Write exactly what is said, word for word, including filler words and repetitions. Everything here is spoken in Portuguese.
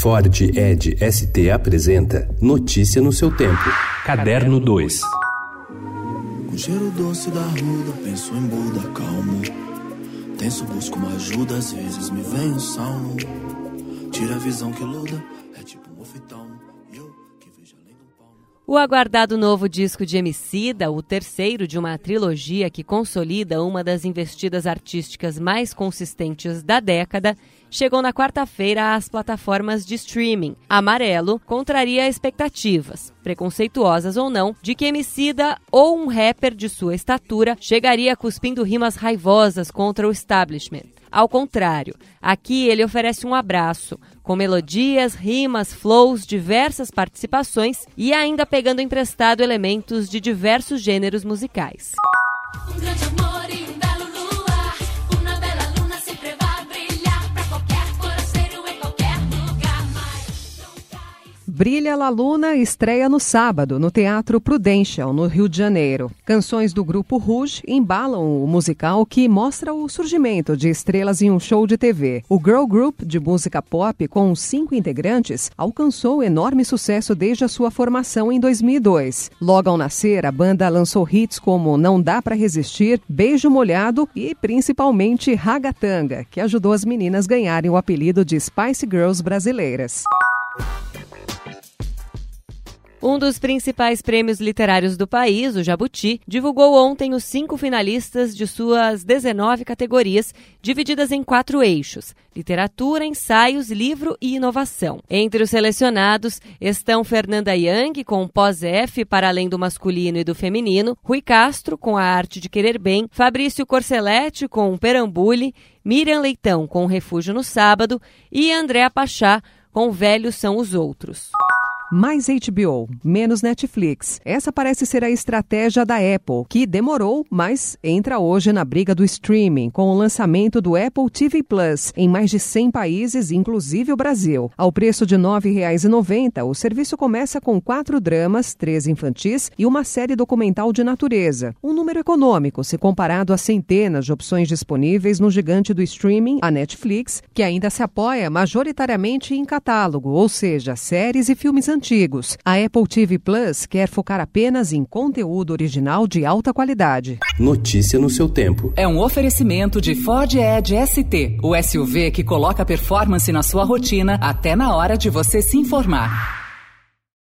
Ford Edge S T apresenta Notícia no seu tempo. Caderno dois. Com cheiro doce da ruda, penso em Buda, calmo. Tenso, busco uma ajuda, às vezes me vem um salmo. Tira a visão que luda, é tipo um oftalmo. E eu que vejo além do palmo. O aguardado novo disco de Emicida, o terceiro de uma trilogia que consolida uma das investidas artísticas mais consistentes da década, chegou na quarta-feira às plataformas de streaming. Amarelo contraria expectativas, preconceituosas ou não, de que Emicida ou um rapper de sua estatura chegaria cuspindo rimas raivosas contra o establishment. Ao contrário, aqui ele oferece um abraço, com melodias, rimas, flows, diversas participações e ainda pegando emprestado elementos de diversos gêneros musicais. Um grande amor e um belo luar, uma bela luna sempre vai brilhar pra qualquer forasteiro em qualquer lugar, mas não cai. Brilha La Luna estreia no sábado, no Teatro Prudential, no Rio de Janeiro. Canções do grupo Rouge embalam o musical que mostra o surgimento de estrelas em um show de T V. O girl group de música pop, com cinco integrantes, alcançou enorme sucesso desde a sua formação em dois mil e dois. Logo ao nascer, a banda lançou hits como Não Dá Pra Resistir, Beijo Molhado e, principalmente, Ragatanga, que ajudou as meninas a ganharem o apelido de Spice Girls brasileiras. Um dos principais prêmios literários do país, o Jabuti, divulgou ontem os cinco finalistas de suas dezenove categorias, divididas em quatro eixos: literatura, ensaios, livro e inovação. Entre os selecionados estão Fernanda Young, com Pós-F, para além do masculino e do feminino, Rui Castro, com A Arte de Querer Bem, Fabrício Corselletti, com Perambule, Miriam Leitão, com Refúgio no Sábado e Andréa Pachá, com Velhos São os Outros. Mais H B O, menos Netflix. Essa parece ser a estratégia da Apple, que demorou, mas entra hoje na briga do streaming, com o lançamento do Apple T V Plus em mais de cem países, inclusive o Brasil. Ao preço de nove reais e noventa centavos, o serviço começa com quatro dramas, três infantis e uma série documental de natureza. Um número econômico, se comparado às centenas de opções disponíveis no gigante do streaming, a Netflix, que ainda se apoia majoritariamente em catálogo, ou seja, séries e filmes antigos. Antigos. A Apple T V Plus quer focar apenas em conteúdo original de alta qualidade. Notícia no seu tempo. É um oferecimento de Ford Edge S T, o S U V que coloca performance na sua rotina até na hora de você se informar.